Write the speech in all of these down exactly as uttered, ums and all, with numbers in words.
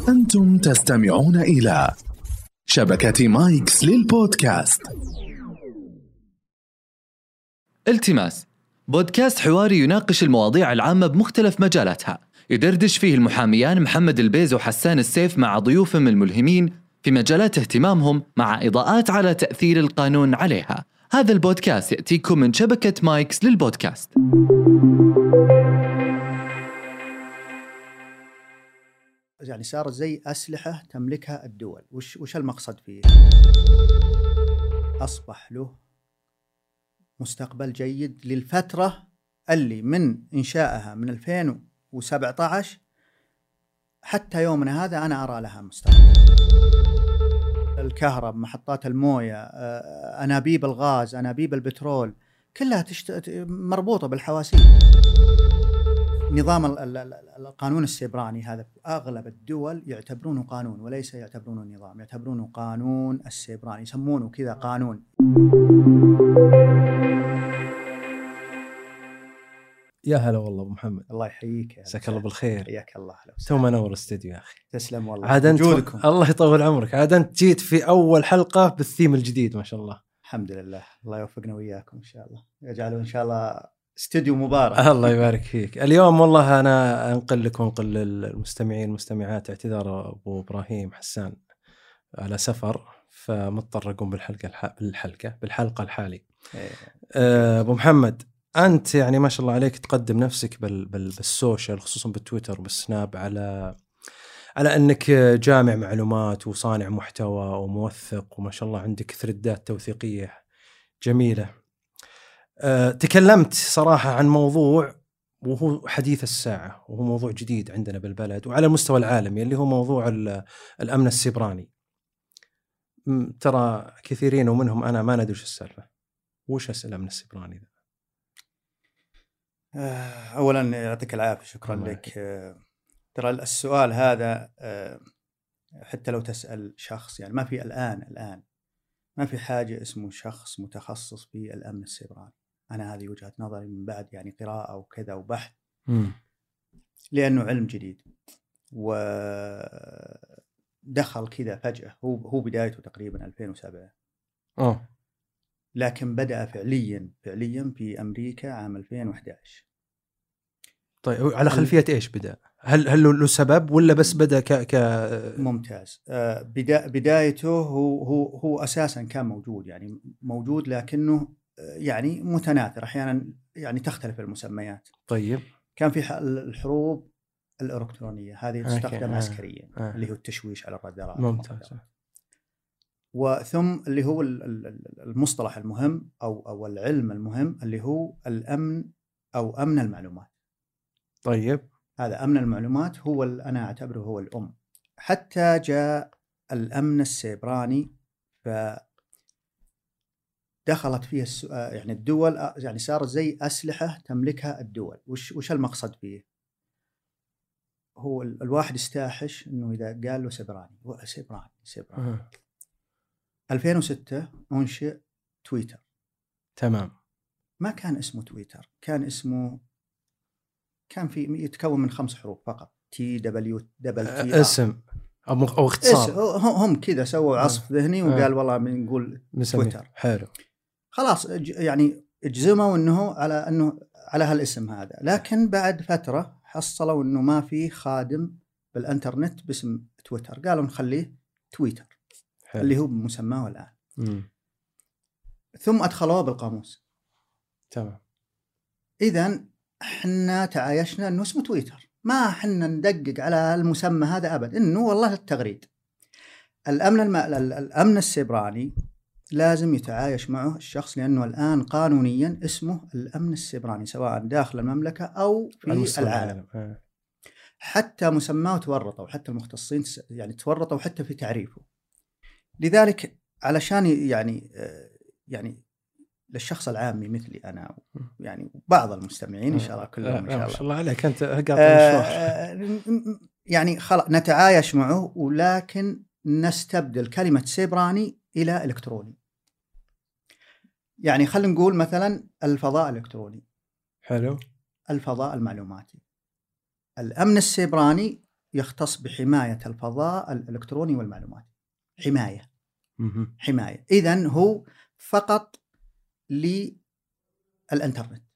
أنتم تستمعون إلى شبكة مايكس للبودكاست. التماس، بودكاست حواري يناقش المواضيع العامة بمختلف مجالاتها، يدردش فيه المحاميان محمد البيز وحسان السيف مع ضيوفهم الملهمين في مجالات اهتمامهم، مع إضاءات على تأثير القانون عليها. هذا البودكاست يأتيكم من شبكة مايكس للبودكاست. يعني صار زي أسلحة تملكها الدول. وش وش المقصد فيه؟ أصبح له مستقبل جيد للفترة اللي من إنشائها من ألفين وسبعة عشر حتى يومنا هذا أنا أرى لها مستقبل. الكهرباء، محطات الموية، أنابيب الغاز، أنابيب البترول، كلها تشت... مربوطة بالحواسيب. نظام القانون السيبراني هذا أغلب الدول يعتبرونه قانون وليس يعتبرونه نظام، يعتبرونه قانون السيبراني، يسمونه كذا قانون. يا هلا والله أبو محمد، الله يحييك، مساك الله بالخير. حياك الله. تو منور الاستديو يا أخي. تسلم والله. عاد أنت ف... الله يطول عمرك. عاد أنت جيت في أول حلقة بالثيم الجديد، ما شاء الله. الحمد لله، الله يوفقنا وياكم إن شاء الله، يجعله إن شاء الله استديو مبارك. الله يبارك فيك. اليوم والله أنا أنقل لكم أنقل المستمعين المستمعات اعتذار أبو إبراهيم حسان على سفر، فمضطر أقوم بالحلقة الح... بالحلقة بالحلقة الحالي. إيه. أه أبو محمد، أنت يعني ما شاء الله عليك تقدم نفسك بال... بال... بالسوشيال، خصوصا بالتويتر وبالسناب، على على أنك جامع معلومات وصانع محتوى وموثق، وما شاء الله عندك ثريدات توثيقية جميلة. أه تكلمت صراحة عن موضوع وهو حديث الساعة، وهو موضوع جديد عندنا بالبلد وعلى المستوى العالمي، اللي هو موضوع الأمن السيبراني. ترى كثيرين ومنهم أنا ما ندري وش السالفة. وش أسأل الأمن السيبراني ذا؟ أولا يعطيك العافية، شكرا لك. ترى السؤال هذا حتى لو تسأل شخص، يعني ما في الآن الآن ما في حاجة اسمه شخص متخصص في الأمن السيبراني. أنا هذه وجهة نظري من بعد يعني قراءة وكذا وبحث، م. لأنه علم جديد ودخل كذا فجأة. هو هو بدايته تقريبا ألفين وسبعة، أوه. لكن بدأ فعليا فعليا في أمريكا عام ألفين وأحد عشر. طيب على خلفية إيش بدأ؟ هل هل له سبب ولا بس بدأ ك ك ممتاز. آه بدا بدايته هو هو هو أساسا كان موجود، يعني موجود لكنه يعني متناثر أحيانا، يعني تختلف المسميات. طيب كان في الحروب الإلكترونية هذه تستخدم آه. عسكريا، آه. اللي هو التشويش على الرادارات. ممتاز. وثم اللي هو المصطلح المهم أو أو العلم المهم اللي هو الأمن أو أمن المعلومات. طيب هذا أمن المعلومات هو أنا أعتبره هو الأم. حتى جاء الأمن السيبراني فدخلت فيه السؤال، يعني الدول يعني صارت زي أسلحة تملكها الدول. وش وش المقصد فيه؟ هو الواحد يستاحش إنه إذا قال له سيبراني هو سيبراني سيبراني. أه. ألفين وستة أنشئ تويتر. تمام. ما كان اسمه تويتر، كان اسمه كان في يتكون من خمس حروف فقط، تي دبليو دبل تي اسم أو اختصار. هم كذا سووا عصف ذهني وقال آه. والله بنقول تويتر. حلو. خلاص يعني اجزموا انه على انه على هالاسم هذا. لكن بعد فترة حصلوا انه ما في خادم بالانترنت باسم تويتر، قالوا نخليه تويتر. حلو. اللي هو بمسماه الآن. م. ثم أدخلوه بالقاموس. تمام. إذن حنا تعايشنا انه اسمه تويتر، ما حنا ندقق على المسمى هذا ابد، انه والله التغريد. الامن الم... الامن السيبراني لازم يتعايش معه الشخص، لانه الان قانونيا اسمه الامن السيبراني سواء داخل المملكه او في العالم. العالم. حتى مسماه تورطوا، حتى المختصين يعني تورطوا حتى في تعريفه. لذلك علشان يعني يعني للشخص العامي مثلي أنا يعني بعض المستمعين إن شاء الله كلهم إن شاء الله. ما شاء الله عليك أنت قاطع مشوار. يعني خلاص نتعايش معه، ولكن نستبدل كلمة سيبراني إلى إلكتروني. يعني خلينا نقول مثلا الفضاء الإلكتروني. حلو. الفضاء المعلوماتي. الأمن السيبراني يختص بحماية الفضاء الإلكتروني والمعلومات. حماية مهم. حماية إذن هو فقط للإنترنت،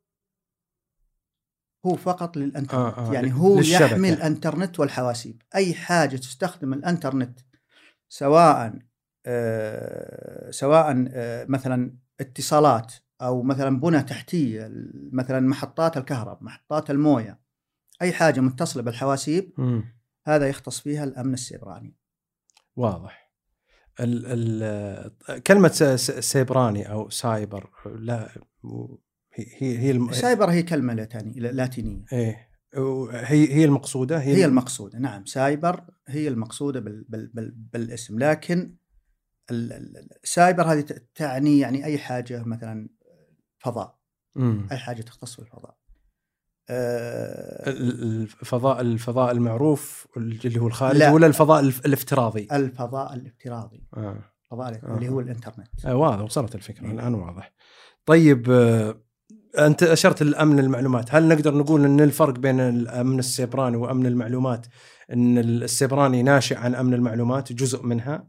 هو فقط للإنترنت. آه آه يعني هو للشبكة. يحمي الإنترنت والحواسيب. أي حاجة تستخدم الإنترنت سواء آه سواء آه مثلا اتصالات أو مثلا بنى تحتية، مثلا محطات الكهرباء، محطات الموية، أي حاجة متصلة بالحواسيب مم. هذا يختص فيها الأمن السيبراني. واضح. ال ال كلمة س- س- سيبراني أو سايبر، لا هي هي هي الم... سايبر هي كلمة لاتينية لاتينية. إيه هي هي المقصودة هي, هي المقصودة. نعم، سايبر هي المقصودة بال بال بال بالاسم. لكن السايبر هذه تعني يعني أي حاجة مثلا فضاء. مم. أي حاجة تختص بالفضاء. أه الفضاء الفضاء المعروف اللي هو الخارجي، لا. ولا الفضاء الافتراضي؟ الفضاء الافتراضي. آه. الفضاء آه. اللي هو الإنترنت. آه واضح، وصلت الفكرة إيه. الآن واضح. طيب آه، أنت أشرت للأمن المعلومات، هل نقدر نقول أن الفرق بين الأمن السيبراني وأمن المعلومات أن السيبراني ناشئ عن أمن المعلومات جزء منها؟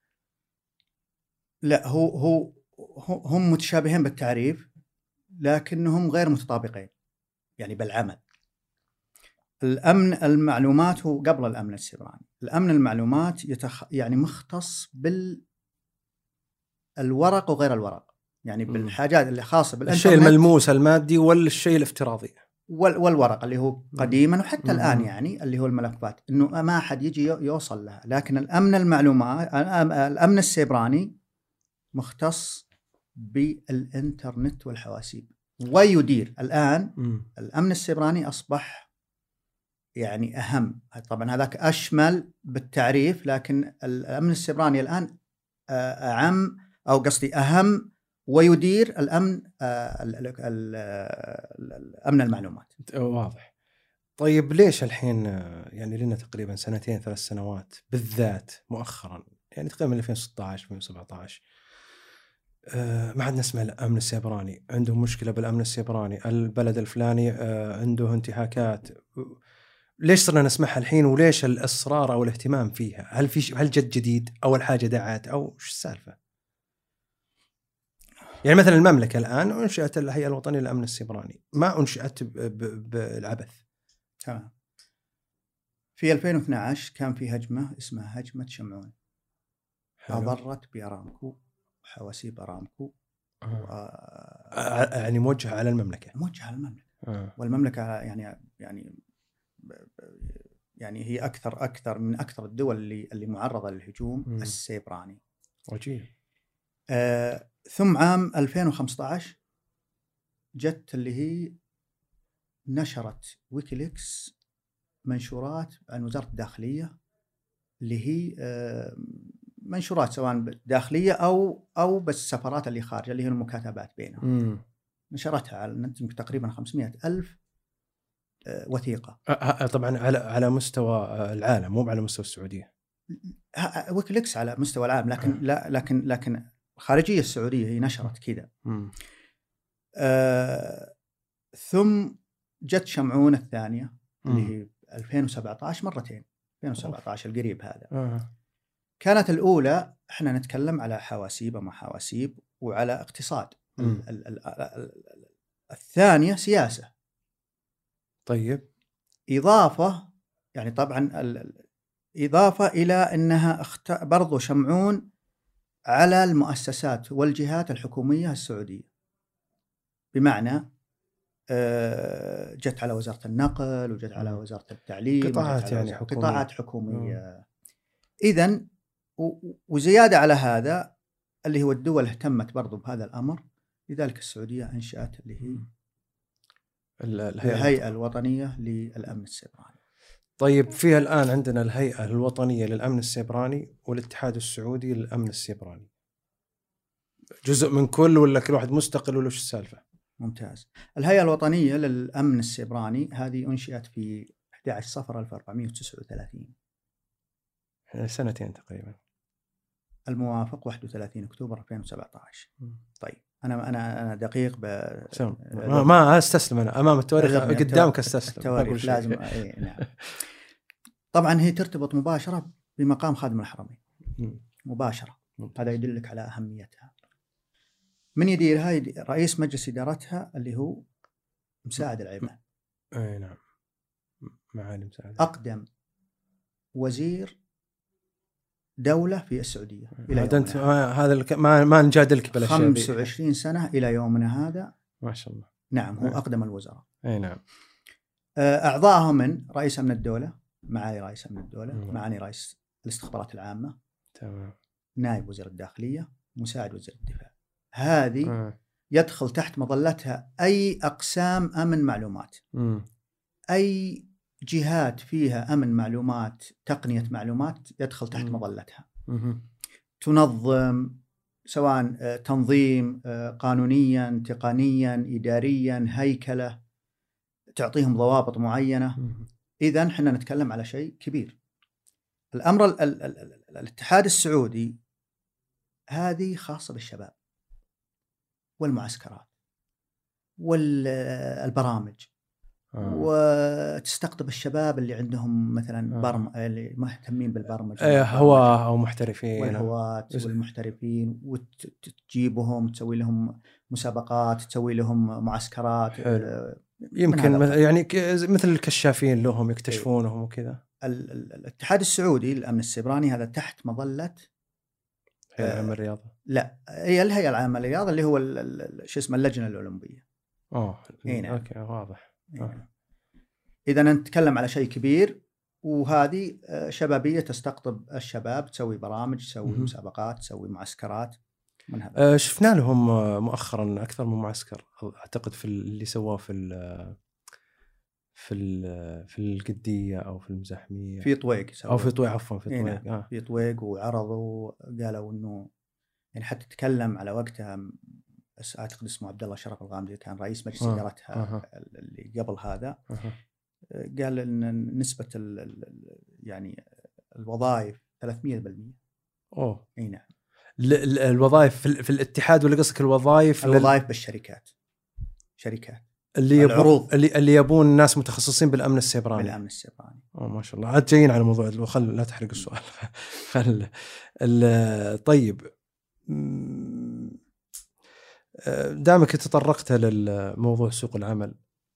لا، هو هو هم متشابهين بالتعريف لكنهم غير متطابقين يعني بالعمل. الأمن المعلومات هو قبل الأمن السيبراني. الأمن المعلومات يتخ... يعني مختص بالورق وغير الورق، يعني بالحاجات اللي خاصة بالإنترنت، الشيء الملموس المادي ولا الشيء الافتراضي؟ وال... والورق اللي هو قديما وحتى مم. الآن يعني اللي هو الملفات، إنه ما أحد يجي يوصل لها. لكن الأمن المعلومات الأمن السيبراني مختص بالإنترنت والحواسيب ويدير. الآن مم. الأمن السيبراني أصبح يعني أهم. طبعا هذاك أشمل بالتعريف، لكن الأمن السيبراني الآن أعم، أو قصدي أهم، ويدير الأمن الأمن المعلومات. واضح. طيب ليش الحين يعني لنا تقريبا سنتين ثلاث سنوات بالذات مؤخرا، يعني تقريبا من ألفين وستة عشر ألفين وسبعة عشر آه ما عاد نسمع الأمن السيبراني عندهم مشكلة بالأمن السيبراني، البلد الفلاني آه عنده انتهاكات؟ ليش صرنا نسمعها الحين، وليش الإصرار أو الاهتمام فيها؟ هل في هل جد جديد أول حاجة دعت، أو شو السالفة؟ يعني مثلا المملكة الآن أنشأت الهيئة الوطنية للأمن السيبراني، ما أنشأت بالعبث. تمام. في ألفين واثني عشر كان في هجمة اسمها هجمة شمعون، أضرت بأرامكو وحواسيب أرامكو. آه. و... يعني موجهة على المملكة. موجهة على المملكة. آه. والمملكة يعني يعني يعني هي أكثر أكثر من أكثر الدول اللي اللي معرضة للهجوم م. السيبراني. عجيب. آه ثم عام ألفين وخمسة عشر جت اللي هي نشرت ويكيليكس منشورات عن وزارة الداخلية، اللي هي آه منشورات سواء داخلية أو أو بس السفارات اللي خارجة اللي هي المكاتبات بينهم. م. نشرتها على النت تقريبا خمسمائة ألف وثيقة. طبعا على على مستوى العالم، مو على مستوى السعودية. ويكيليكس على مستوى العالم، لكن لا لكن لكن الخارجية السعودية هي نشرت كذا. آه ثم جت شمعون الثانية اللي هي ألفين وسبعة عشر مرتين، ألفين وسبعة عشر القريب هذا. أوه. كانت الأولى احنا نتكلم على حواسيب وما حواسيب وعلى اقتصاد. ال ال ال ال الثانية سياسة. طيب. إضافة يعني طبعا إضافة إلى أنها اخت... برضو شمعون على المؤسسات والجهات الحكومية السعودية، بمعنى جت على وزارة النقل وجت على وزارة التعليم، قطاعات يعني حكومية. قطاعات حكومية. إذن وزيادة على هذا اللي هو الدول اهتمت برضو بهذا الأمر، لذلك السعودية أنشأت اللي هي الهيئة الوطنية للأمن السيبراني. طيب فيها الآن عندنا الهيئة الوطنية للأمن السيبراني والاتحاد السعودي للأمن السيبراني، جزء من كل ولا كل واحد مستقل ولا شو السالفة؟ ممتاز. الهيئة الوطنية للأمن السيبراني هذه أنشئت في أحد عشر صفر ألف وأربعمائة وتسعة وثلاثين، سنتين تقريبا، الموافق واحد وثلاثين أكتوبر ألفين وسبعة عشر. طيب أنا أنا أنا دقيق ب ما, ما استسلم أنا أمام التواريخ قدامك، استسلم التواريخ لازم. إيه نعم. طبعا هي ترتبط مباشرة بمقام خادم الحرمين مم. مباشرة. مم. هذا يدلك على أهميتها. من يديرها؟ يدير رئيس مجلس إدارتها اللي هو مساعد العماد. اي نعم، معالي مساعد. أقدم وزير دولة في السعودية إلى هذا انت يومنا هذا الك... ما ما نجادلك بالاشياء ذي. خمسة وعشرين سنة إلى يومنا هذا. ما شاء الله. نعم هو أه. أقدم الوزراء. اي نعم. أعضائهم من رئيس أمن الدولة، معالي رئيس أمن الدولة، مم. معالي رئيس الاستخبارات العامة، تمام. نائب وزير الداخلية، مساعد وزير الدفاع. هذه أه. يدخل تحت مظلتها أي أقسام أمن معلومات، مم. أي جهات فيها أمن معلومات، تقنية معلومات، يدخل تحت مم. مظلتها. مم. تنظم سواء تنظيم قانونيا، تقنيا، إداريا، هيكلة، تعطيهم ضوابط معينة. مم. إذن حنا نتكلم على شيء كبير. الأمر ال ال ال ال الاتحاد السعودي هذه خاصة بالشباب والمعسكرات والبرامج، آه. وتستقطب الشباب اللي عندهم مثلا آه. برم... اللي مهتمين بالبرمجة، ايه هواة او محترفين والهواة بس... والمحترفين، وتجيبهم تسوي لهم مسابقات، تسوي لهم معسكرات. حلو. يمكن مثل يعني ك... مثل الكشافين لهم يكتشفونهم وكذا. ال... ال... الاتحاد السعودي للأمن السيبراني هذا تحت مظلة الهيئة العامة للرياضة. لا هي الهيئة العامة للرياضة اللي هو ال... ال... شو اسمه اللجنة الأولمبية. اه نعم. اوكي واضح. آه. إذا نتكلم على شيء كبير، وهذه شبابية تستقطب الشباب، تسوي برامج، تسوي م- مسابقات، تسوي معسكرات من هذا. آه شفنا لهم مؤخرا أكثر من معسكر أعتقد في اللي سواه في ال في ال في القدية أو في المزاحمية في طويق أو في طويق عفوا في طويق. نعم. آه. في طويق، وعرضوا قالوا إنه يعني حتى تكلم على وقتها أعتقد اسمه عبد الله شرف الغامدي، كان رئيس مجلس إدارتها آه. اللي قبل هذا. آه. قال إن نسبة ال ال يعني الوظائف ثلاثمية بالمية. أوه. أي نعم. الوظائف في, في الاتحاد ولا قصدك الوظائف؟ الوظائف لل... بالشركات، شركات اللي يبون اللي اللي يبون ناس متخصصين بالأمن السيبراني. بالأمن السيبراني. أوه ما شاء الله. عاد جايين على موضوع، خل لا تحرق السؤال. خل ال... طيب دامك تطرقت للموضوع سوق العمل،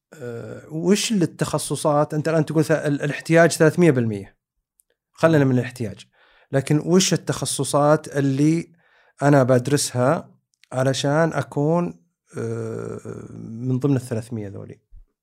وش التخصصات؟ أنت الآن تقول الاحتياج ثلاثمية بالمية، خلنا من الاحتياج، لكن وش التخصصات اللي أنا بدرسها علشان أكون من ضمن الثلاثمية ذولي؟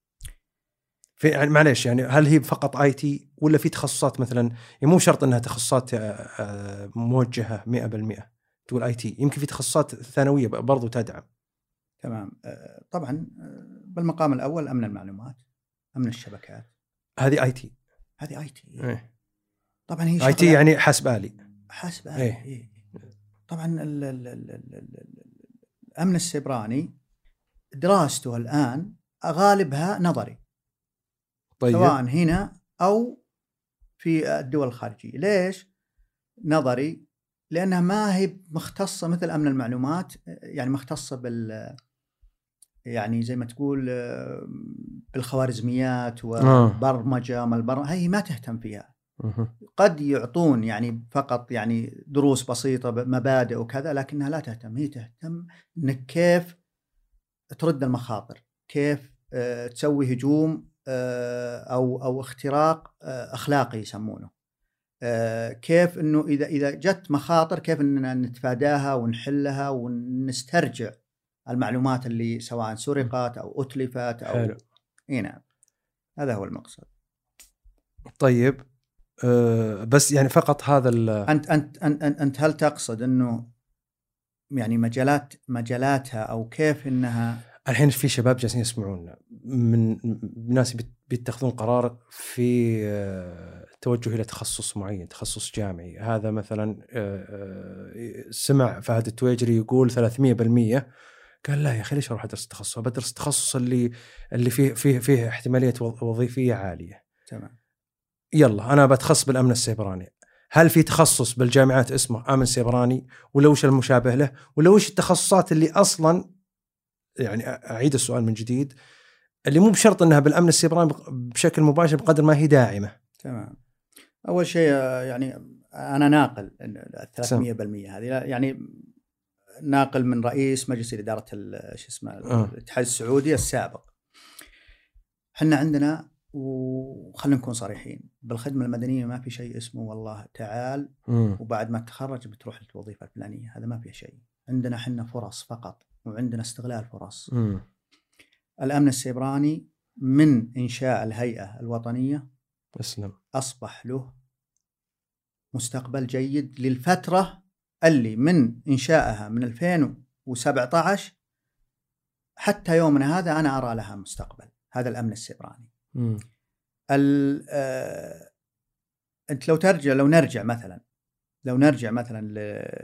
في يعني معليش يعني هل هي فقط آي تي ولا في تخصصات مثلا؟ يعني مو شرط أنها تخصصات موجهة مئة بالمئة تقول آي تي، يمكن في تخصصات ثانوية برضو تدعم. تمام. طبعا بالمقام الأول أمن المعلومات، أمن الشبكات، هذه آي تي. هذه آي تي. إيه. طبعا هي آي تي يعني حاسبالي. حاسبالي. إيه. إيه. طبعا ال ال ال ال ال الأمن السيبراني دراسته الآن غالبها نظري. طيب. سواء هنا أو في الدول الخارجية. ليش نظري؟ لأنها ما هي مختصة مثل أمن المعلومات، يعني مختصة بال يعني زي ما تقول بالخوارزميات والبرمجة، ما البرمجة هي ما تهتم فيها. قد يعطون يعني فقط يعني دروس بسيطة مبادئ وكذا، لكنها لا تهتم. هي تهتم إنك كيف ترد المخاطر، كيف تسوي هجوم أو أو اختراق أخلاقي يسمونه، كيف إنه إذا إذا جت مخاطر كيف إننا نتفاداها ونحلها ونسترجع المعلومات اللي سواء سرقت أو أتلفت أو حلو. إيه نعم، هذا هو المقصد. طيب أه بس يعني فقط هذا أنت أنت أنت أنت هل تقصد إنه يعني مجالات مجالاتها أو كيف إنها؟ الحين في شباب جالسين يسمعونا من ناس بيتخذون قرار في التوجه إلى تخصص معين، تخصص جامعي. هذا مثلا سمع فهد التويجري يقول ثلاثمية بالمية، قال لا يا أخي ليش أروح أدرس التخصص؟ بدرس التخصص اللي اللي فيه فيه فيه احتمالية وظيفية عالية. تمام. يلا أنا بتخصص بالأمن السيبراني. هل في تخصص بالجامعات اسمه أمن سيبراني؟ ولا وش المشابه له؟ ولا وش التخصصات اللي أصلا يعني أعيد السؤال من جديد، اللي مو بشرط أنها بالأمن السيبراني بشكل مباشر بقدر ما هي داعمة؟ تمام. اول شيء يعني انا ناقل ثلاثمية بالمية هذه، يعني ناقل من رئيس مجلس اداره شو اسمه الاتحاد السعودي السابق. احنا عندنا، وخلينا نكون صريحين، بالخدمه المدنيه ما في شيء اسمه والله تعال مم. وبعد ما تتخرج بتروح للوظيفه الفلانيه، هذا ما فيه شيء. عندنا احنا فرص فقط، وعندنا استغلال فرص. مم. الامن السيبراني من انشاء الهيئه الوطنيه اسلم اصبح له مستقبل جيد للفتره اللي من انشائها من ألفين وسبعة عشر حتى يومنا هذا انا ارى لها مستقبل. هذا الامن السيبراني. مم. آه، انت لو ترجع لو نرجع مثلا لو نرجع مثلا ل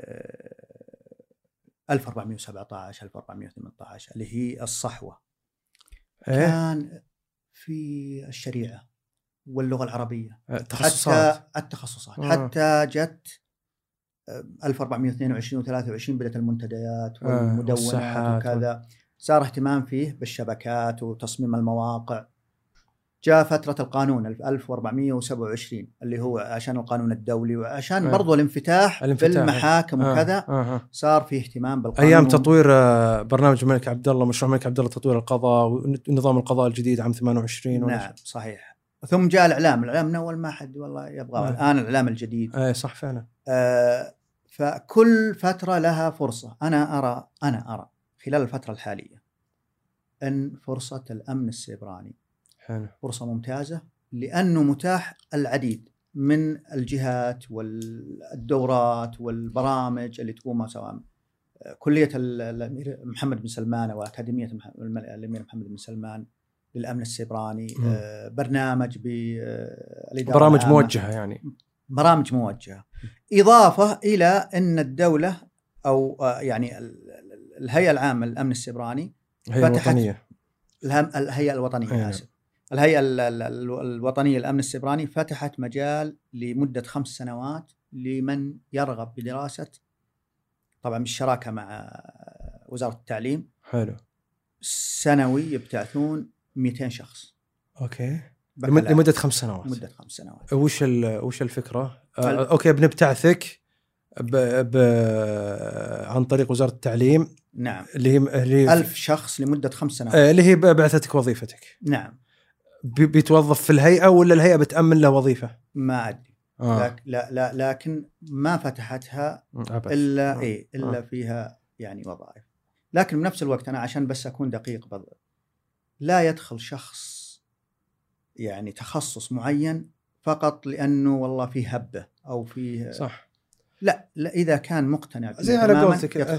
ألف وأربعمية وسبعة عشر ألف وأربعمية وثمانية عشر اللي هي الصحوة، إيه؟ كان في الشريعة واللغة العربية تخصصات. حتى التخصصات آه. حتى جت ألف وأربعمية واثنين وعشرين وثلاثة وعشرين بدأت المنتديات والمدونات آه. وكذا، صار اهتمام فيه بالشبكات وتصميم المواقع. جاء فترة القانون ألف وأربعمية وسبعة وعشرين اللي هو عشان القانون الدولي وعشان آه. برضو الانفتاح, الانفتاح بالمحاكم آه. وكذا. آه. آه. صار فيه اهتمام بالقانون. أيام تطوير برنامج الملك عبد الله، مشروع الملك عبد الله تطوير القضاء ونظام القضاء الجديد عام ثمانية وعشرين. نعم صحيح. ثم جاء الإعلام الإعلام من أول ما حد والله يبغاه. الآن الإعلام الجديد. أي صح فعلا. آه فكل فترة لها فرصة. أنا أرى أنا أرى خلال الفترة الحالية أن فرصة الأمن السيبراني حلو. فرصة ممتازة، لأنه متاح العديد من الجهات والدورات والبرامج اللي تقومها، سواء كلية الأمير محمد بن سلمان وأكاديمية الأمير محمد بن سلمان للأمن السيبراني، م. برنامج بالإدارة برامج العامة. موجهة يعني برامج موجهة، إضافة إلى أن الدولة أو يعني الهيئة العامة للأمن السيبراني الهيئة الوطنية الهيئة الوطنية آسف الهيئة الوطنية للأمن السيبراني فتحت مجال لمدة خمس سنوات لمن يرغب بدراسة، طبعا بالشراكة مع وزارة التعليم. حلو. سنوي يبتعثون مئتين شخص. أوكي. لمدة خمس سنوات. مدة خمس سنوات. وش وش الفكرة؟ آه، أوكي بنبتعثك ب... ب... عن طريق وزارة التعليم. نعم. اللي هي اللي ألف شخص لمدة خمس سنوات. اللي هي بعثتك وظيفتك. نعم. بي... بيتوظف في الهيئة ولا الهيئة بتأمن له وظيفة؟ ما أدري. آه. لك... لا لا لكن ما فتحتها أبس. إلا آه. إيه إلا آه. فيها يعني وظائف. لكن بنفس الوقت أنا عشان بس أكون دقيق بض... لا يدخل شخص يعني تخصص معين فقط لأنه والله فيه هبة أو فيه صح. لا لا إذا كان مقتنع زي على قولتك.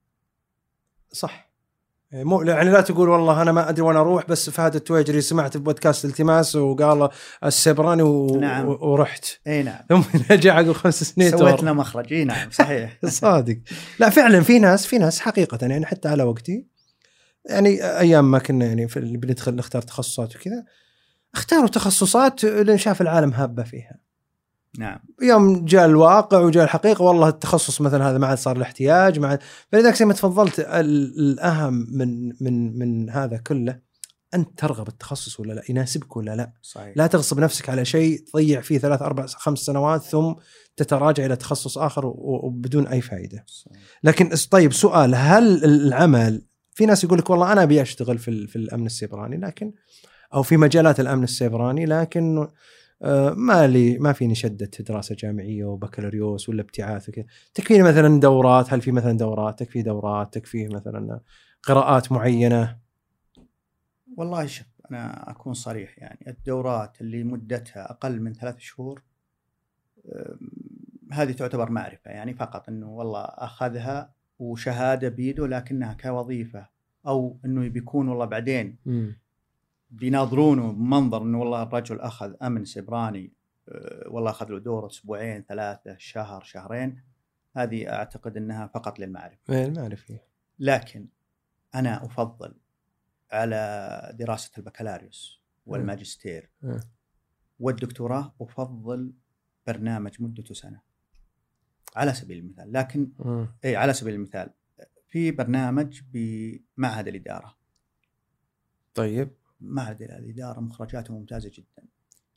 صح. مو يعني لا تقول والله أنا ما أدري وأنا أروح، بس فهد التويجري سمعت في بودكاست التماس وقال السيبراني و... نعم. ورحت. إيه نعم. ثم رجع عقب خمس سنين سويت لنا مخرج. إيه نعم صحيح. صادق. لا فعلا في ناس في ناس حقيقة يعني حتى على وقتي يعني أيام ما كنا يعني في اللي بندخل نختار تخصصات وكذا، اختاروا تخصصات لأن شاف العالم هابة فيها. نعم. يوم جاء الواقع وجاء الحقيقة والله التخصص مثلا هذا ما عاد صار الاحتياج مع، فلذلك زي ما تفضلت الأهم من من من هذا كله أنت ترغب التخصص ولا لا، يناسبك ولا لا. صحيح. لا تغصب نفسك على شيء تضيع فيه ثلاث أربع خمس سنوات ثم تتراجع إلى تخصص آخر وبدون أي فائدة. صحيح. لكن طيب سؤال، هل العمل في ناس يقول لك والله أنا أبي أشتغل في في الأمن السيبراني لكن أو في مجالات الأمن السيبراني لكن ما لي ما فيني شدة دراسة جامعية وبكالوريوس ولا ابتعاث وكذا، تكفيني مثلا دورات؟ هل في مثلا دورات تكفي دورات تكفيه مثلا قراءات معينة؟ والله شوف أنا أكون صريح، يعني الدورات اللي مدتها أقل من ثلاث شهور هذه تعتبر معرفة، يعني فقط إنه والله أخذها وشهادة بيده لكنها كوظيفة، أو إنه بيكون والله بعدين م. بيناظرونه بمنظر إنه والله الرجل أخذ أمن سيبراني أه والله أخذ له دورة أسبوعين ثلاثة شهر شهرين، هذه أعتقد أنها فقط للمعرفة. المعرفة. لكن أنا أفضل على دراسة البكالوريوس والماجستير م. والدكتوراه أفضل برنامج مدته سنة على سبيل المثال. لكن م. أي على سبيل المثال في برنامج بمعهد الإدارة. طيب. معهد الإدارة مخرجاته ممتازة جدا،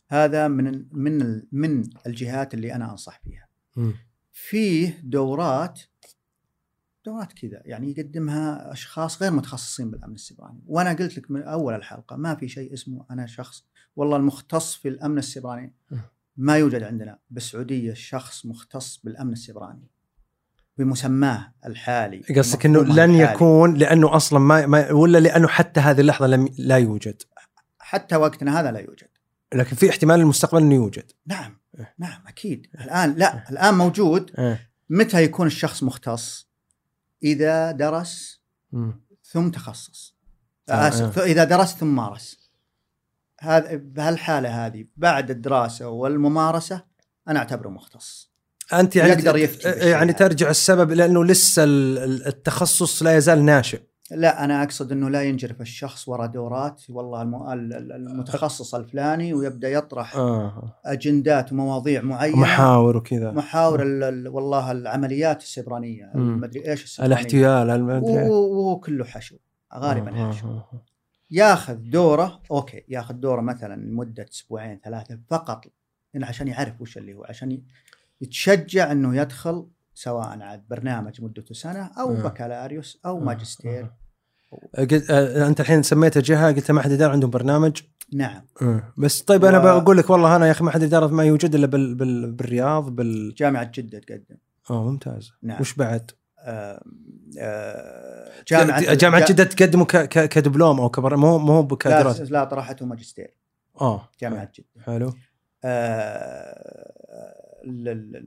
هذا من من من الجهات اللي انا انصح فيها. م. فيه دورات دورات كذا يعني يقدمها اشخاص غير متخصصين بالامن السيبراني، وانا قلت لك من اول الحلقه ما في شيء اسمه انا شخص والله المختص في الامن السيبراني، ما يوجد عندنا بالسعوديه شخص مختص بالامن السيبراني بمسماه الحالي. قصدك انه لن يكون لانه اصلا ما, ما ولا لانه حتى هذه اللحظه لم لا يوجد؟ حتى وقتنا هذا لا يوجد، لكن في احتمال المستقبل انه يوجد. نعم نعم اكيد. الان لا الان موجود. متى يكون الشخص مختص؟ اذا درس م. ثم تخصص، آسف اذا درس ثم مارس. هذا بهالحاله هذه بعد الدراسه والممارسه انا اعتبره مختص. انت يعني يقدر يفتي يعني ترجع السبب لانه لسه التخصص لا يزال ناشئ. لا أنا أقصد أنه لا ينجرف الشخص وراء دورات والله المتخصص الفلاني ويبدأ يطرح آه. أجندات ومواضيع معينة محاور وكذا، محاور والله العمليات السيبرانية المدري إيش السيبرانية الاحتيال المدري وهو كله حشو غالبا آه. حشو آه. ياخذ دوره أوكي ياخذ دوره مثلا مدة أسبوعين ثلاثة فقط عشان يعرف وش اللي هو، عشان يتشجع أنه يدخل سواء عاد برنامج مدته سنة أو آه. بكالوريوس أو آه. ماجستير. آه. قلت آه. أنت الحين سميتها جهة، قلت ما حد يدار عندهم برنامج. نعم آه. بس طيب و... أنا بقول لك والله أنا يا أخي ما حد يدار ما يوجد إلا بال... بال... بالرياض بال جامعة جدة تقدم. آه ممتاز. نعم. وش بعد؟ آه. آه. جامعة جامعة جدة تقدمه ك... ك... كدبلوم أو كبر مو مو بكدراسة. لا, لا طرحته ماجستير. آه جامعة آه. جدة. حلو. آه. ل... ل...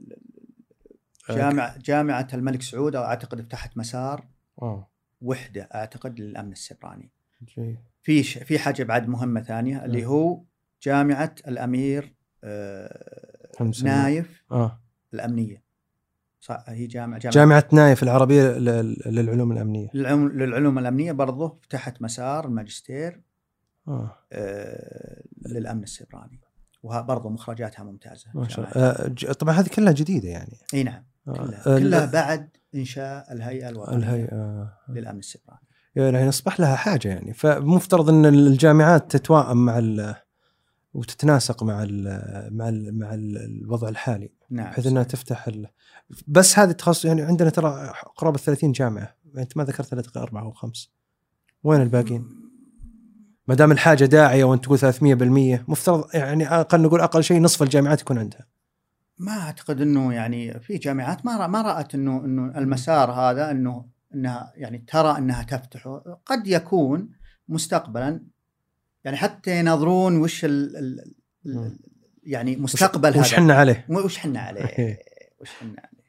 جامعة جامعة الملك سعود أعتقد فتحت مسار أوه. وحدة أعتقد للأمن السيبراني. جي. في في حاجة بعد مهمة ثانية اللي هو جامعة الأمير آه نايف آه. الأمنية. هي جامعة جامعة, جامعة نايف العربية للعلوم الأمنية. للعلوم, للعلوم الأمنية برضه فتحت مسار الماجستير آه. آه للأمن السيبراني، وها برضه مخرجاتها ممتازة ما شاء الله. آه طبعا هذه كلها جديدة يعني. اي نعم كلها, آه. كلها بعد إنشاء الهيئة الوطنية الهيئة آه. للأمن السيبراني. يعني أصبح لها حاجة يعني، فمفترض أن الجامعات تتواءم مع ال وتتناسق مع ال مع ال مع ال الوضع الحالي. نعم. بحيث أنها تفتح ال بس هذه التخصص يعني عندنا ترى قرابة ثلاثين جامعة، أنت ما ذكرت إلا أربعة أو خمس، وين الباقين؟ ما دام الحاجة داعية وأنت تقول ثلاثمية بالمية مفترض يعني أقل نقول أقل شيء نصف الجامعات يكون عندها. ما أعتقد إنه يعني في جامعات ما ما رأت إنه إنه المسار هذا إنه إنها يعني ترى إنها تفتحه. قد يكون مستقبلا يعني حتى ينظرون وش ال ال يعني مستقبل وش هذا وش حنا عليه وش حنا عليه وش حنا عليه.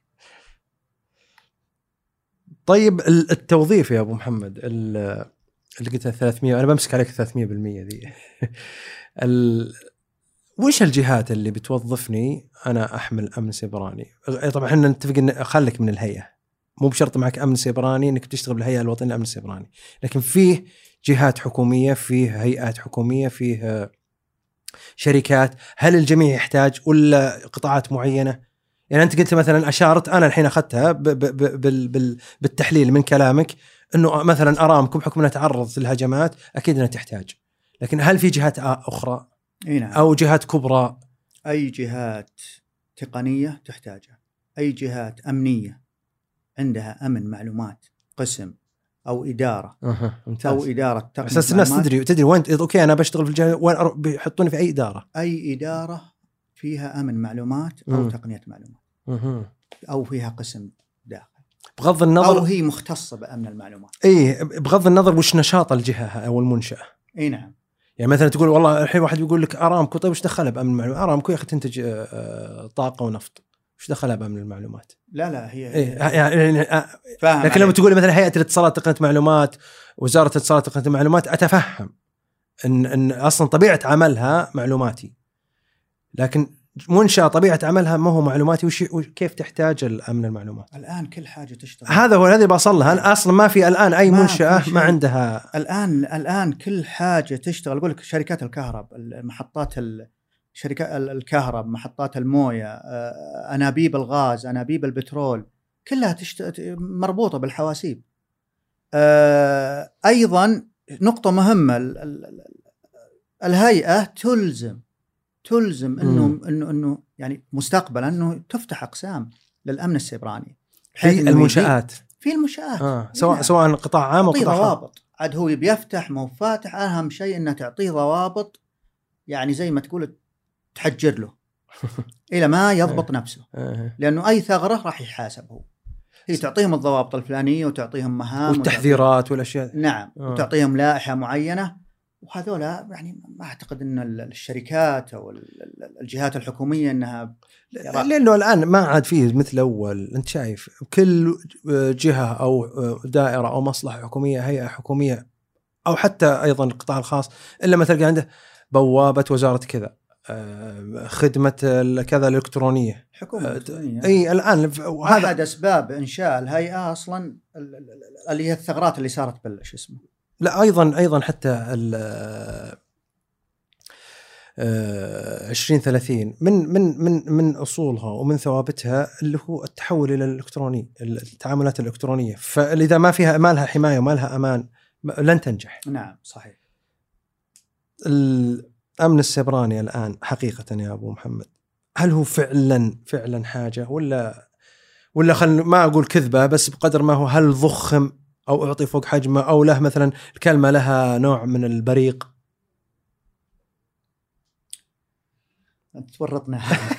طيب التوظيف يا أبو محمد اللي قلتها ثلاثمية، أنا بمسك عليك ثلاثمية بالمية ذي ال... وش الجهات اللي بتوظفني أنا أحمل أمن سيبراني؟ طبعا إحنا نتفق إن خلك من الهيئة، مو بشرط معك أمن سيبراني إنك تشتغل بالهيئة الوطنية للأمن السيبراني، لكن فيه جهات حكومية، فيه هيئات حكومية، فيه شركات. هل الجميع يحتاج ولا قطاعات معينة؟ يعني أنت قلت مثلا أشارت أنا الحين أخذتها ب... ب... ب... بال... بالتحليل من كلامك إنه مثلا أرامكو بحكم أنها تعرض للهجمات أكيد أنها تحتاج، لكن هل في جهات أخرى نعم. أو جهات كبرى؟ أي جهات تقنية تحتاجها، أي جهات أمنية عندها أمن معلومات قسم أو إدارة أه، أو إدارة تقنية أساس الناس تدري تدري وين أوكي أنا بشتغل في الجهة وين أروح بيحطوني في أي إدارة. أي إدارة فيها أمن معلومات أو مم. تقنية معلومات مم. أو فيها قسم داخل بغض النظر أو هي مختصة بأمن المعلومات. إيه بغض النظر وش نشاط الجهة أو المنشأة. إيه نعم. يعني مثلا تقول والله الحين واحد يقول لك أرامكو، طيب وش دخلها بأمن المعلومات؟ أرامكو يا أخي تنتج طاقة ونفط، وش دخلها بأمن المعلومات؟ لا لا هي إيه يعني فاهم. لكن لما تقول مثلا هيئة الاتصالات تقنية معلومات، وزارة الاتصالات تقنية معلومات، أتفهم إن إن أصلا طبيعة عملها معلوماتي، لكن منشأة طبيعة عملها ما هو معلوماتي، وش كيف تحتاج الأمن المعلومات؟ الآن كل حاجة تشتغل. هذا هو الذي بوصل لها. أصلا ما في الآن أي منشأة ما عندها الآن الآن كل حاجة تشتغل. أقول لك شركات الكهرب، المحطات شركات الكهرب، محطات الموية، أنابيب الغاز، أنابيب البترول، كلها تشت... مربوطة بالحواسيب. أيضا نقطة مهمة، الهيئة تلزم تلزم انه انه انه يعني مستقبلا انه تفتح اقسام للامن السيبراني في المنشآت في المنشآت آه. سواء يعني سواء قطاع عام او قطاع ضوابط. عاد هو بيفتح مو فاتح، اهم شيء انه تعطيه ضوابط، يعني زي ما تقول تحجر له الى ما يضبط نفسه، لانه اي ثغره راح يحاسب هو. هي تعطيهم الضوابط الفلانيه وتعطيهم مهام والتحذيرات والاشياء. نعم آه. وتعطيهم لائحه معينه، وهذولا يعني ما اعتقد ان الشركات او الجهات الحكوميه انها، لانه الان ما عاد فيه مثل اول. انت شايف كل جهه او دائره او مصلحه حكوميه، هيئه حكوميه او حتى ايضا القطاع الخاص، الا ما تلقى عنده بوابه وزاره كذا، خدمه كذا الالكترونيه، حكومه الكترونيه. اي الان وهذا احد اسباب انشاء الهيئه اصلا اللي هي الثغرات اللي صارت بالش اسمه. لا ايضا ايضا حتى عشرين ثلاثين من من من من اصولها ومن ثوابتها اللي هو التحول الى الالكتروني، التعاملات الالكترونيه. فاذا ما فيها ما لها حمايه وما لها امان لن تنجح. نعم صحيح. الامن السيبراني الان حقيقه يا ابو محمد، هل هو فعلا فعلا حاجه ولا ولا خل ما اقول كذبه، بس بقدر ما هو هل ضخم او اعطي فوق حجمه، او له مثلا الكلمه لها نوع من البريق؟ تورطنا.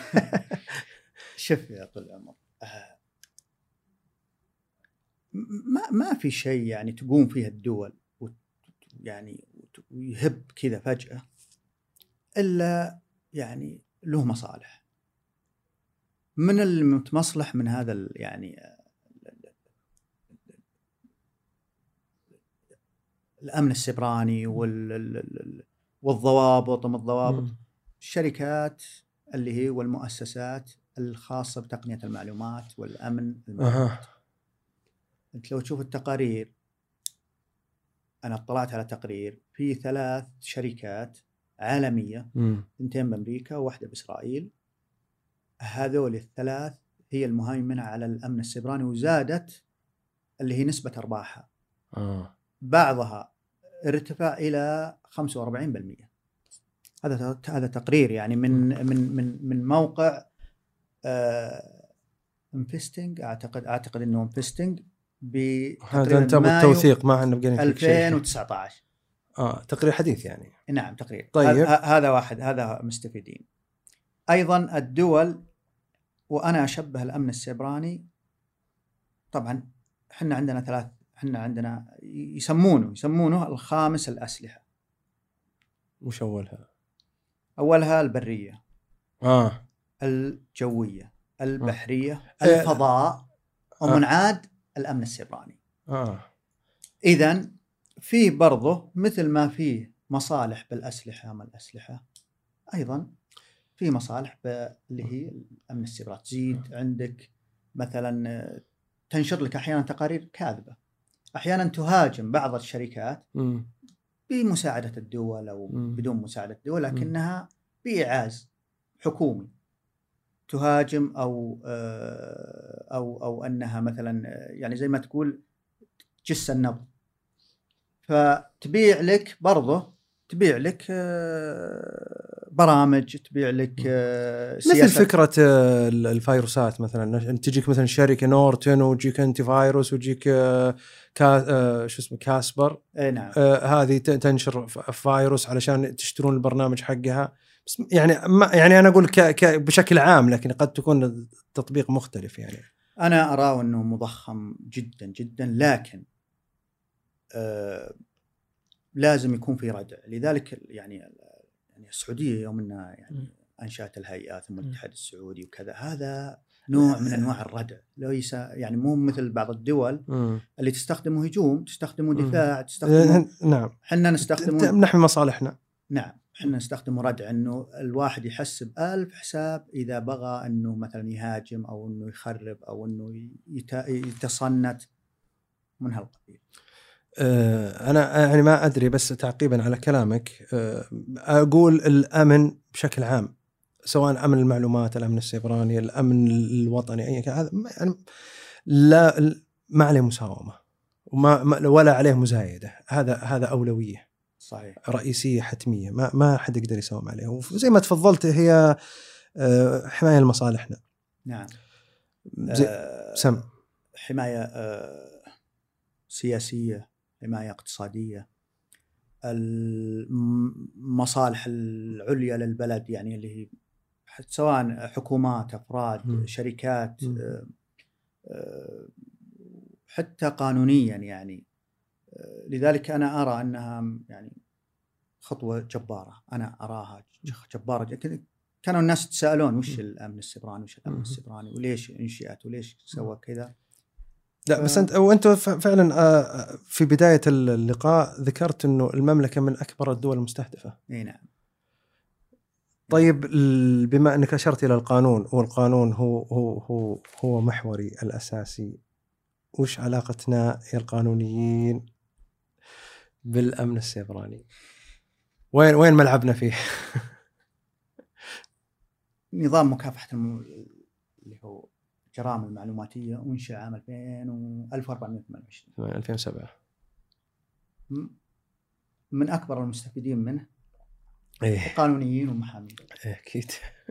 شوف يا طول العمر، ما ما في شيء يعني تقوم فيه الدول يعني ويهب كذا فجأة إلا يعني له مصالح. من المتمصلح من هذا يعني الأمن السيبراني والضوابط وما الضوابط، الشركات اللي هي والمؤسسات الخاصة بتقنية المعلومات والأمن المعلومات. أه. أنت لو تشوف التقارير، أنا اطلعت على تقرير في ثلاث شركات عالمية، اثنتين بأمريكا وواحدة بإسرائيل، هذول الثلاث هي المهيمنة على الأمن السيبراني، وزادت اللي هي نسبة أرباحها. أه. بعضها ارتفع إلى خمسة وأربعين بالمئة. هذا هذا تقرير يعني من من من من موقع انفستنج، اعتقد اعتقد انه انفستنج هذا انت بالتوثيق ما عندنا بقينا ألفين وتسعة عشر. اه تقرير حديث يعني. نعم تقرير. طيب هذا واحد، هذا مستفيدين. ايضا الدول، وانا اشبه الامن السيبراني، طبعا احنا عندنا ثلاث، احنا عندنا يسمونه يسمونه الخامس الاسلحه. وش اولها؟ اولها البريه، اه الجويه، البحريه، آه. الفضاء، ومنعاد آه. الامن السيبراني. اه اذن في برضه مثل ما فيه مصالح بالاسلحه ما الاسلحه، ايضا في مصالح اللي هي الامن السيبراني. تزيد عندك مثلا تنشر لك احيانا تقارير كاذبه، احيانا تهاجم بعض الشركات م. بمساعده الدول او م. بدون مساعده الدول، لكنها بايعاز حكومي تهاجم او او او انها مثلا يعني زي ما تقول جس النبض، فتبيع لك برضه تبيع لك برامج، تبيع لك مثل فكرة الفيروسات مثلا. انت تجيك مثلا شركة نورتن وتجيك انتي فايروس وتجيك كا شو اسمه كاسبر. اي نعم. هذه تنشر فايروس علشان تشترون البرنامج حقها. بس يعني ما يعني انا اقول ك ك بشكل عام، لكن قد تكون التطبيق مختلف. يعني انا اراه انه مضخم جدا جدا، لكن آه لازم يكون في ردع. لذلك يعني يعني السعوديه يوم انها يعني انشات الهيئه ثم الاتحاد السعودي وكذا، هذا نوع من انواع الردع. ليس يعني مو مثل بعض الدول اللي تستخدمه هجوم، تستخدمه دفاع، تستخدمه. نعم احنا نستخدمه نحمي مصالحنا. نعم احنا نستخدم ردع، انه الواحد يحسب ألف حساب اذا بغى انه مثلا يهاجم او انه يخرب او انه يتصنت من هالقبيل. أنا يعني ما أدري، بس تعقيبا على كلامك أقول الأمن بشكل عام، سواء أمن المعلومات، الأمن السيبراني، الأمن الوطني، أي هذا يعني لا ما عليه مساومة وما ولا عليه مزايدة. هذا هذا أولوية. صحيح. رئيسيه حتميه ما ما حد يقدر يساوم عليها. وزي ما تفضلت هي حمايه لمصالحنا. نعم. زي سم حمايه سياسيه، حمايه اقتصاديه، المصالح العليا للبلد يعني اللي هي سواء حكومات، افراد، م. شركات، م. حتى قانونيا يعني. لذلك انا ارى انها يعني خطوه جباره، انا اراها جباره. كانوا الناس يتساءلون وش الامن السيبراني، وش الامن السيبراني، وليش انشئت، وليش سوى كذا. لا بس انت وانت فعلا في بدايه اللقاء ذكرت انه المملكه من اكبر الدول المستهدفه. اي نعم. طيب بما انك اشرت الى القانون، والقانون هو هو هو هو محوري الاساسي، وش علاقتنا يا القانونيين بالامن السيبراني؟ وين وين ملعبنا فيه؟ نظام مكافحه الم... اللي هو الجرائم المعلوماتيه أنشئ عام ألف وأربعمائة وثمانية وعشرين ألفين وسبعة. من أكبر المستفيدين منه إيه؟ قانونيين ومحامين. إيه أكيد.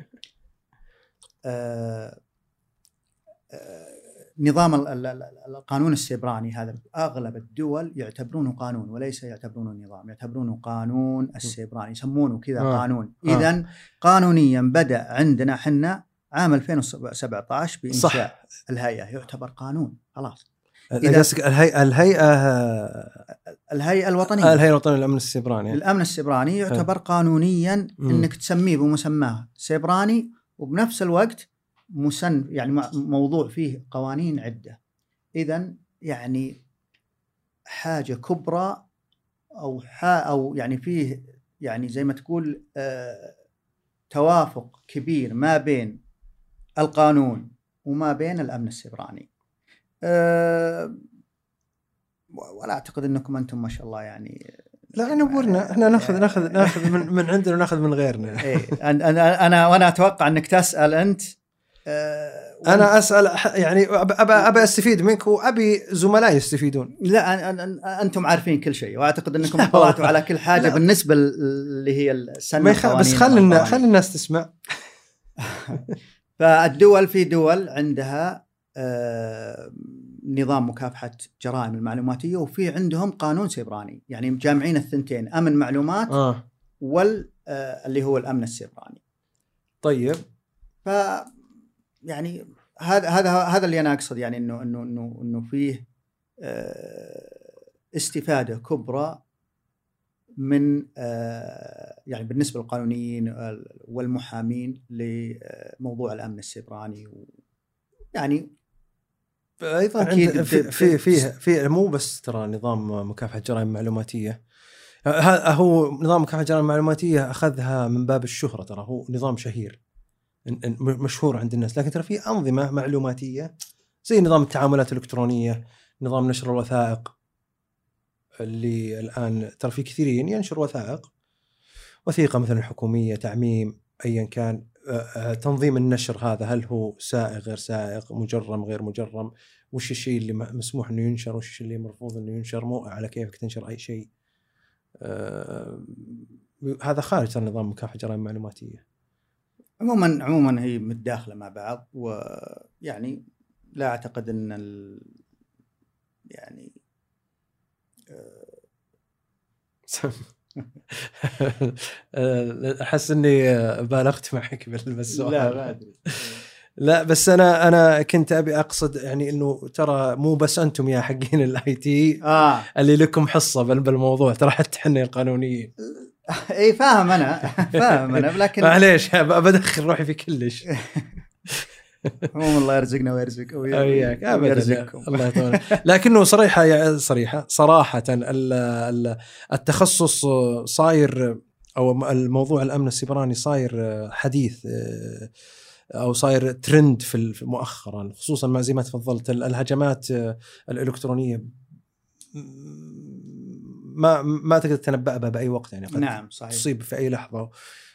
آه آه نظام القانون السيبراني هذا أغلب الدول يعتبرونه قانون وليس يعتبرونه نظام، يعتبرونه قانون السيبراني، يسمونه كذا آه. قانون. آه. إذن قانونيا بدأ عندنا حنا عام ألفين وسبعة عشر بإنشاء صح. الهيئة، يعتبر قانون خلاص. الهيئة الهيئة الهيئة الوطنية الهيئة الوطنية للأمن السيبراني. الأمن السيبراني يعتبر قانونيا م. إنك تسميه بمسماه سيبراني، وبنفس الوقت مسن يعني موضوع فيه قوانين عدة. إذن يعني حاجة كبرى أو حا أو يعني فيه يعني زي ما تقول آه توافق كبير ما بين القانون وما بين الأمن السيبراني. أه ولا أعتقد أنكم أنتم ما شاء الله يعني لا نبورنا احنا ناخذ ناخذ ناخذ من, من عندنا وناخذ من غيرنا. إيه أنا أنا وأنا أتوقع أنك تسأل أنت. أه أنا أسأل يعني أبى أبى أستفيد منك وأبي زملائي يستفيدون. لا أن أن أنتم عارفين كل شيء، وأعتقد أنكم اطلعتوا على كل حاجة بالنسبة اللي هي السنة القوانين. بس خلنا خلي الناس تسمع. فالدول في دول عندها آه نظام مكافحة جرائم المعلوماتية، وفي عندهم قانون سيبراني، يعني جامعين الثنتين، أمن معلومات آه. وال آه اللي هو الأمن السيبراني. طيب ف يعني هذا هذا هذا اللي أنا أقصد، يعني إنه إنه إنه إنه فيه آه استفادة كبرى من آه يعني بالنسبة للقانونيين والمحامين لموضوع الأمن السيبراني. يعني أيضا في في فيه في مو بس ترى نظام مكافحة الجرائم المعلوماتية، هو نظام مكافحة الجرائم المعلوماتية أخذها من باب الشهرة، ترى هو نظام شهير مشهور عند الناس، لكن ترى في أنظمة معلوماتية زي نظام التعاملات الإلكترونية، نظام نشر الوثائق اللي الآن ترى في كثيرين ينشر وثائق، وثيقة مثلا حكومية، تعميم، أيا كان تنظيم النشر هذا، هل هو سائغ غير سائغ، مجرم غير مجرم، وش الشيء اللي مسموح إنه ينشر، وش الشيء اللي مرفوض إنه ينشر، مو على كيفك تنشر أي شيء. آه هذا خارج نظام مكافحة الجرائم المعلوماتية. عموما عموما هي متداخلة مع بعض، ويعني لا أعتقد أن ال يعني أحس إني بالغت معك بالسؤال. لا ما أدري. لا بس أنا أنا كنت أبي أقصد يعني إنه ترى مو بس أنتم يا حقين الآي تي آه. اللي لكم حصة بالموضوع، ترى حتى إحنا القانونيين. إيه فاهم أنا فاهم أنا، لكن معليش بدخل روحي في كلش. عموما الله يرزقنا ويرزق وياك ويرزقكم. الله يطول. لكنه صريحة يا صريحة صراحة التخصص صاير، أو الموضوع الأمن السيبراني صاير حديث أو صاير ترند في مؤخرا، خصوصا ما زي ما تفضلت الهجمات الإلكترونية ما ما تقدر تتنبأ بها بأي وقت، يعني قد نعم صحيح تصيب في أي لحظة،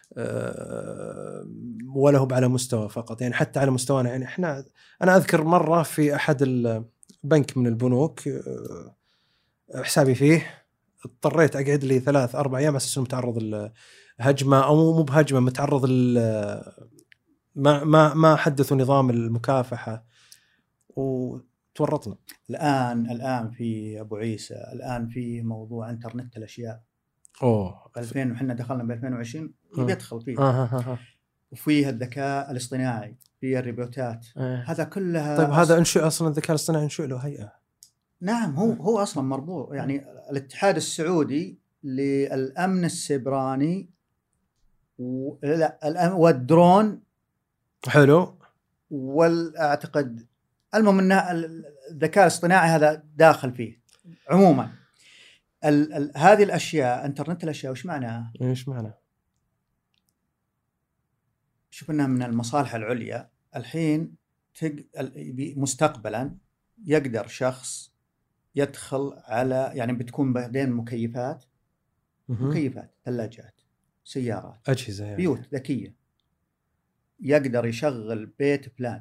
ولا هو على مستوى فقط، يعني حتى على مستوانا. يعني احنا انا اذكر مره في احد البنك من البنوك حسابي فيه اضطريت اقعد لي ثلاث اربع ايام اساس انه متعرض الهجمه او مو بهجمه، متعرض ما ما ما حدثوا نظام المكافحه وتورطنا. الان الان في ابو عيسى الان في موضوع انترنت الاشياء. اوه ألفين وحنا دخلنا ب ألفين وعشرين بيدخل فيه. آه آه آه. وفيها الذكاء الاصطناعي، فيها الريبوتات. آه. هذا كلها طيب هذا انشئ اصلا الذكاء الاصطناعي انشئ له هيئه. نعم هو هو اصلا مربوط، يعني الاتحاد السعودي للامن السيبراني و... لا والدرون حلو. والاعتقد المهم ان الذكاء الاصطناعي هذا داخل فيه عموما. ال... ال... هذه الاشياء انترنت الاشياء وش معناها؟ ايش معناه؟ شوف انها من المصالح العليا. الحين تق... مستقبلا يقدر شخص يدخل على، يعني بتكون بعدين مكيفات مكيفات ثلاجات سيارات أجهزة يعني. بيوت ذكية، يقدر يشغل بيت بلان.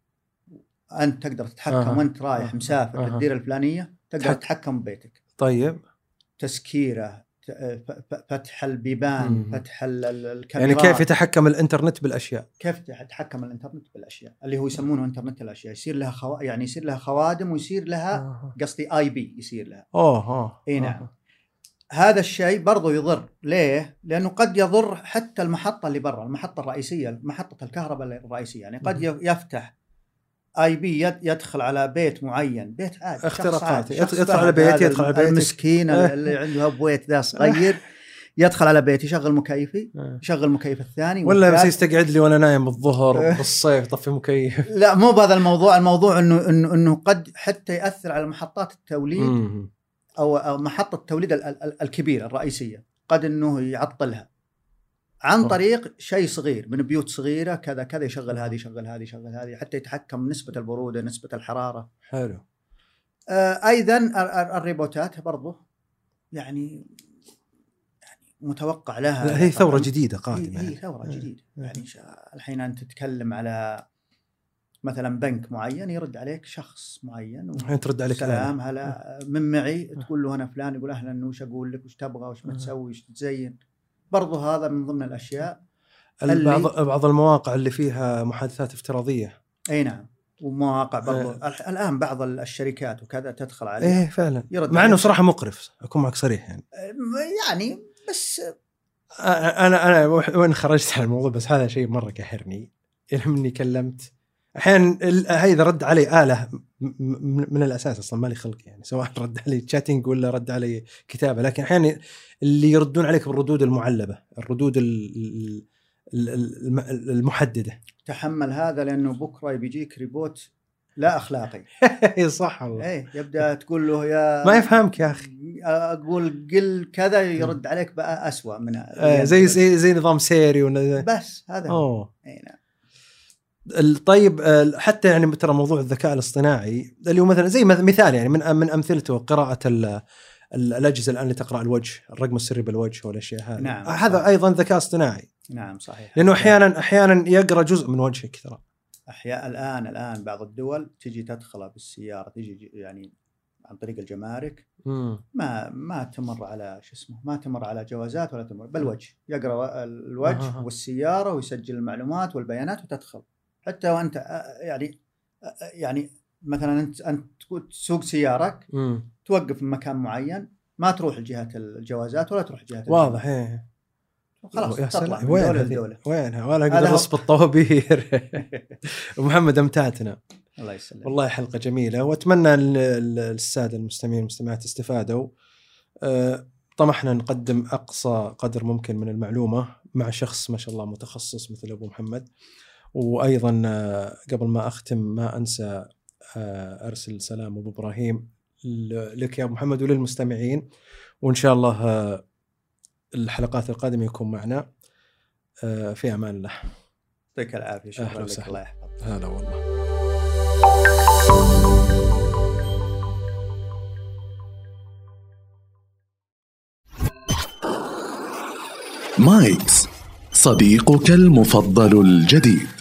أنت تقدر تتحكم آه. وأنت رايح آه. مسافر آه. للديرة الفلانية تقدر تتحكم ببيتك. طيب تسكيره، فتح البيبان، مم. فتح الكاميرات. يعني كيف يتحكم الإنترنت بالأشياء؟ كيف يتحكم الإنترنت بالأشياء اللي هو يسمونه إنترنت الأشياء. يصير لها خو... يعني يصير لها خوادم ويصير لها آه. قصدي آي بي يصير لها. أوه أوه. إيه نعم. آه. هذا الشيء برضو يضر. ليه؟ لأنه قد يضر حتى المحطة اللي برا، المحطة الرئيسية، محطة الكهرباء الرئيسية. يعني قد يفتح آي بي يدخل على بيت معين، بيت عادي، اختراقات، يدخل على بيت، يدخل على بيت المسكين اللي عنده بيت ذا صغير، يدخل على بيت يشغل مكيفي، يشغل مكيف الثاني، ولا بس يستقعد لي وانا نايم بالظهر بالصيف طفي مكيف. لا مو بهذا الموضوع. الموضوع انه انه انه قد حتى ياثر على محطات التوليد او او محطه التوليد الكبيره الرئيسيه، قد انه يعطلها عن طريق شيء صغير من بيوت صغيرة كذا كذا، يشغل هذه يشغل هذه يشغل هذه حتى يتحكم نسبة البرودة نسبة الحرارة. حلو. آه أيضا الريبوتات برضو يعني يعني متوقع لها، هي ثورة جديدة قادمة. هي, هي ثورة جديدة. يعني الحين أنت تتكلم على مثلا بنك معين يرد عليك شخص معين الحين ترد عليك سلام هلا من معي، تقول له أنا فلان، يقول أهلا وش أقول لك وش تبغى وش بتسوي وش تزين. برضو هذا من ضمن الأشياء. بعض بعض المواقع اللي فيها محادثات افتراضية. أي نعم. ومواقع برضو أه. الآن بعض الشركات وكذا تدخل عليه. إيه فعلا. مع إنه صراحة مقرف، أكون معك صريح يعني. يعني بس أنا أنا وين خرجت على الموضوع، بس هذا شيء مرة قهرني. إلى مني كلمت أحيانا هذا رد علي آلة من الأساس أصلا مالي خلق، يعني سواء رد علي تشاتينج ولا رد علي كتابة، لكن أحيانا اللي يردون عليك بالردود المعلبة، الردود المحددة. تحمل هذا لأنه بكرة بيجيك ريبوت لا أخلاقي. صح والله. إيه يبدأ تقول له يا ما يفهمك يا أخي، أقول قل كذا يرد عليك بقى أسوأ منها. آه زي زي زي نظام سيري ون... بس هذا. أوه. إيه نعم. طيب حتى يعني ترى موضوع الذكاء الاصطناعي اللي هو مثلا زي مثال يعني من من امثلته قراءه الاجهزه الان اللي تقرا الوجه، الرقم السري بالوجه والاشياء هذه. نعم هذا ايضا ذكاء اصطناعي. نعم صحيح. لانه احيانا احيانا يقرا جزء من وجهك ترى. احيانا الان الان بعض الدول تجي تدخل بالسياره، تجي يعني عن طريق الجمارك، مم. ما ما تمر على شو اسمه ما تمر على جوازات ولا تمر بالوجه، يقرا الوجه آه. والسياره ويسجل المعلومات والبيانات وتدخل. حتى وانت يعني يعني مثلا انت انت تسوق سيارك م. توقف في مكان معين، ما تروح لجهه الجوازات ولا تروح جهه واضح. ايه خلاص تطلع وين دوله لدوله. وينها ولا قدر نصب الطوابير. محمد امتعتنا الله يسلمك. والله حلقه جميله، واتمنى الساده المستمعين والمستمعات استفادوا. طمحنا نقدم اقصى قدر ممكن من المعلومه مع شخص ما شاء الله متخصص مثل ابو محمد. وأيضا قبل ما أختم ما أنسى أرسل سلام أبو إبراهيم لك يا أبو محمد وللمستمعين، وإن شاء الله الحلقات القادمة يكون معنا. في أمان الله. يعطيك العافية. شكرا لك. الله يحفظك. هلا والله. مايكس صديقك المفضل الجديد.